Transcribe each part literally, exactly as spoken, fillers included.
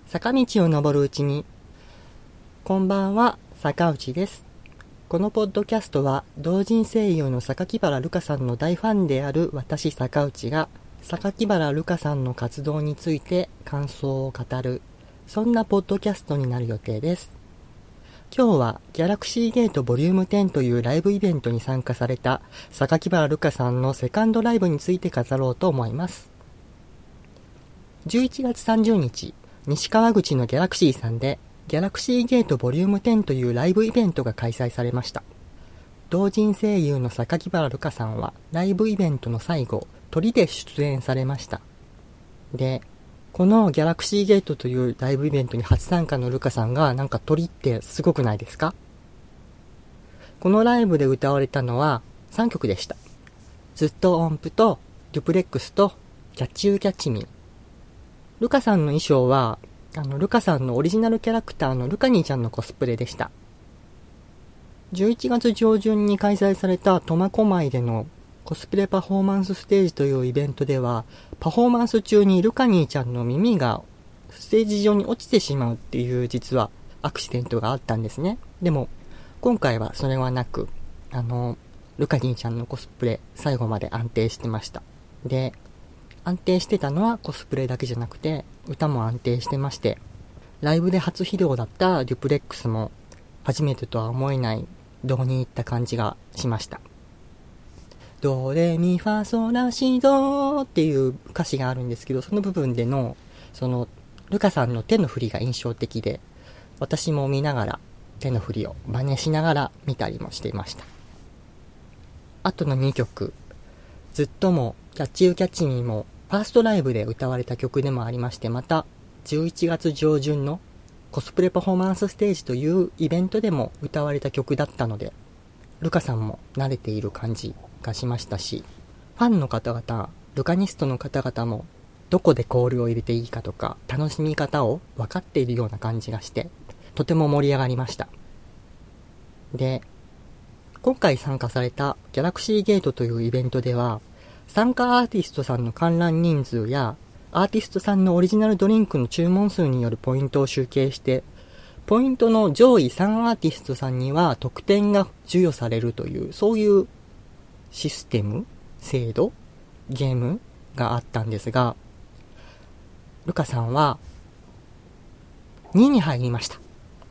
坂道を登るうちに。こんばんは、坂内です。このポッドキャストは同人声優の榊原瑠香さんの大ファンである私坂内が榊原瑠香さんの活動について感想を語る、そんなポッドキャストになる予定です。今日はギャラクシーゲートボリュームテンというライブイベントに参加された榊原瑠香さんのセカンドライブについて語ろうと思います。じゅういちがつさんじゅうにち、西川口のギャラクシーさんでギャラクシーゲートボリュームテンというライブイベントが開催されました。同人声優の榊原瑠香さんはライブイベントの最後、鳥で出演されました。で、このギャラクシーゲートというライブイベントに初参加の瑠香さんがなんか鳥ってすごくないですか？このライブで歌われたのはさんきょくでした。ずっと音符とデュプレックスとキャッチユーキャッチミー。ルカさんの衣装は、あの、ルカさんのオリジナルキャラクターのルカ兄ちゃんのコスプレでした。じゅういちがつじょうじゅんに開催された苫小牧でのコスプレパフォーマンスステージというイベントでは、パフォーマンス中にルカ兄ちゃんの耳がステージ上に落ちてしまうっていう実はアクシデントがあったんですね。でも、今回はそれはなく、あの、ルカ兄ちゃんのコスプレ最後まで安定してました。で、安定してたのはコスプレだけじゃなくて歌も安定してまして、ライブで初披露だったデュプレックスも初めてとは思えない胴に入った感じがしました。ドレミファソラシドっていう歌詞があるんですけど、その部分でのそのルカさんの手の振りが印象的で、私も見ながら手の振りを真似しながら見たりもしていました。あとのにきょく、ずっともキャッチユーキャッチミーもファーストライブで歌われた曲でもありまして、またじゅういちがつじょうじゅんのコスプレパフォーマンスステージというイベントでも歌われた曲だったので、ルカさんも慣れている感じがしましたし、ファンの方々、ルカニストの方々もどこでコールを入れていいかとか楽しみ方を分かっているような感じがして、とても盛り上がりました。で、今回参加されたギャラクシーゲートというイベントでは、参加アーティストさんの観覧人数やアーティストさんのオリジナルドリンクの注文数によるポイントを集計して、ポイントの上位さんアーティストさんには得点が授与されるという、そういうシステム、制度、ゲームがあったんですが、ルカさんはにいに入りました。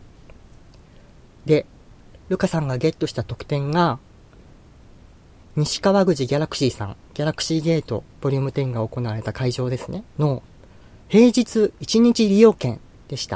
で、ルカさんがゲットした得点が西川口ギャラクシーさん、ギャラクシーゲートボリュームテンが行われた会場ですね、の平日いちにち利用券でした。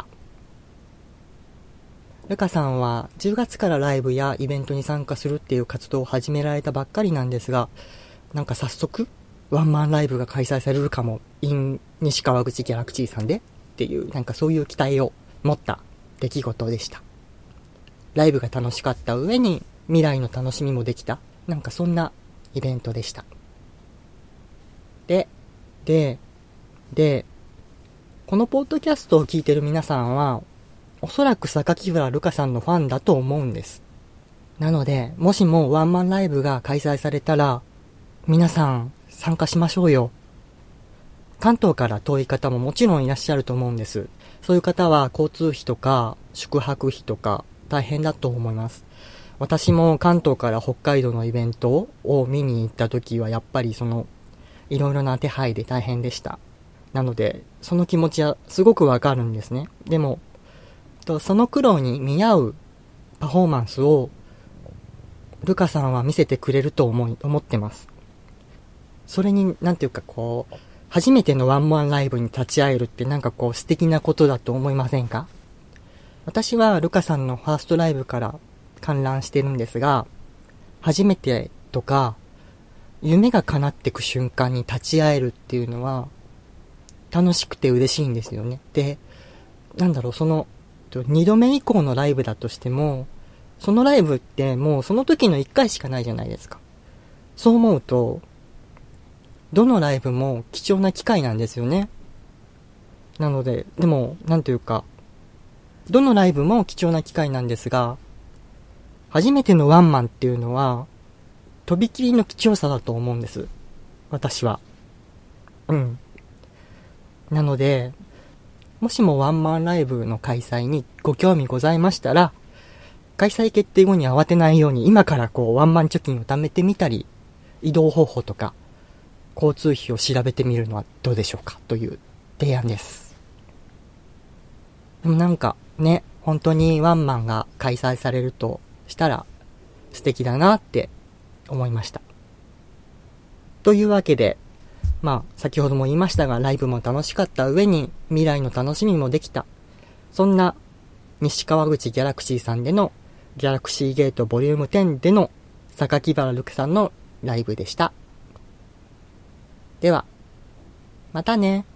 ルカさんはじゅうがつからライブやイベントに参加するっていう活動を始められたばっかりなんですが、なんか早速ワンマンライブが開催されるかも in 西川口ギャラクシーさんでっていう、なんかそういう期待を持った出来事でした。ライブが楽しかった上に未来の楽しみもできた、なんかそんなイベントでした。で、で、で、このポッドキャストを聞いてる皆さんは、おそらく榊原瑠香さんのファンだと思うんです。なので、もしもワンマンライブが開催されたら、皆さん参加しましょうよ。関東から遠い方ももちろんいらっしゃると思うんです。そういう方は交通費とか宿泊費とか大変だと思います。私も関東から北海道のイベントを見に行った時はやっぱりそのいろいろな手配で大変でした。なのでその気持ちはすごくわかるんですね。でもその苦労に見合うパフォーマンスをルカさんは見せてくれると思い思ってます。それになんていうかこう初めてのワンマンライブに立ち会えるってなんかこう素敵なことだと思いませんか？私はルカさんのファーストライブから観覧してるんですが、初めてとか夢が叶っていく瞬間に立ち会えるっていうのは楽しくて嬉しいんですよね。で、なんだろう、そのにどめ以降のライブだとしても、そのライブってもうその時のいっかいしかないじゃないですか。そう思うとどのライブも貴重な機会なんですよね。なので、でもなんというかどのライブも貴重な機会なんですが、初めてのワンマンっていうのはとびきりの貴重さだと思うんです、私は。うん。なのでもしもワンマンライブの開催にご興味ございましたら、開催決定後に慌てないように今からこうワンマン貯金を貯めてみたり、移動方法とか交通費を調べてみるのはどうでしょうかという提案です。でもなんかね、本当にワンマンが開催されるとしたら素敵だなって思いました。というわけで、まあ先ほども言いましたが、ライブも楽しかった上に未来の楽しみもできた、そんな西川口ギャラクシーさんでのギャラクシーゲートボリュームテンでの榊原ルクさんのライブでした。ではまたね。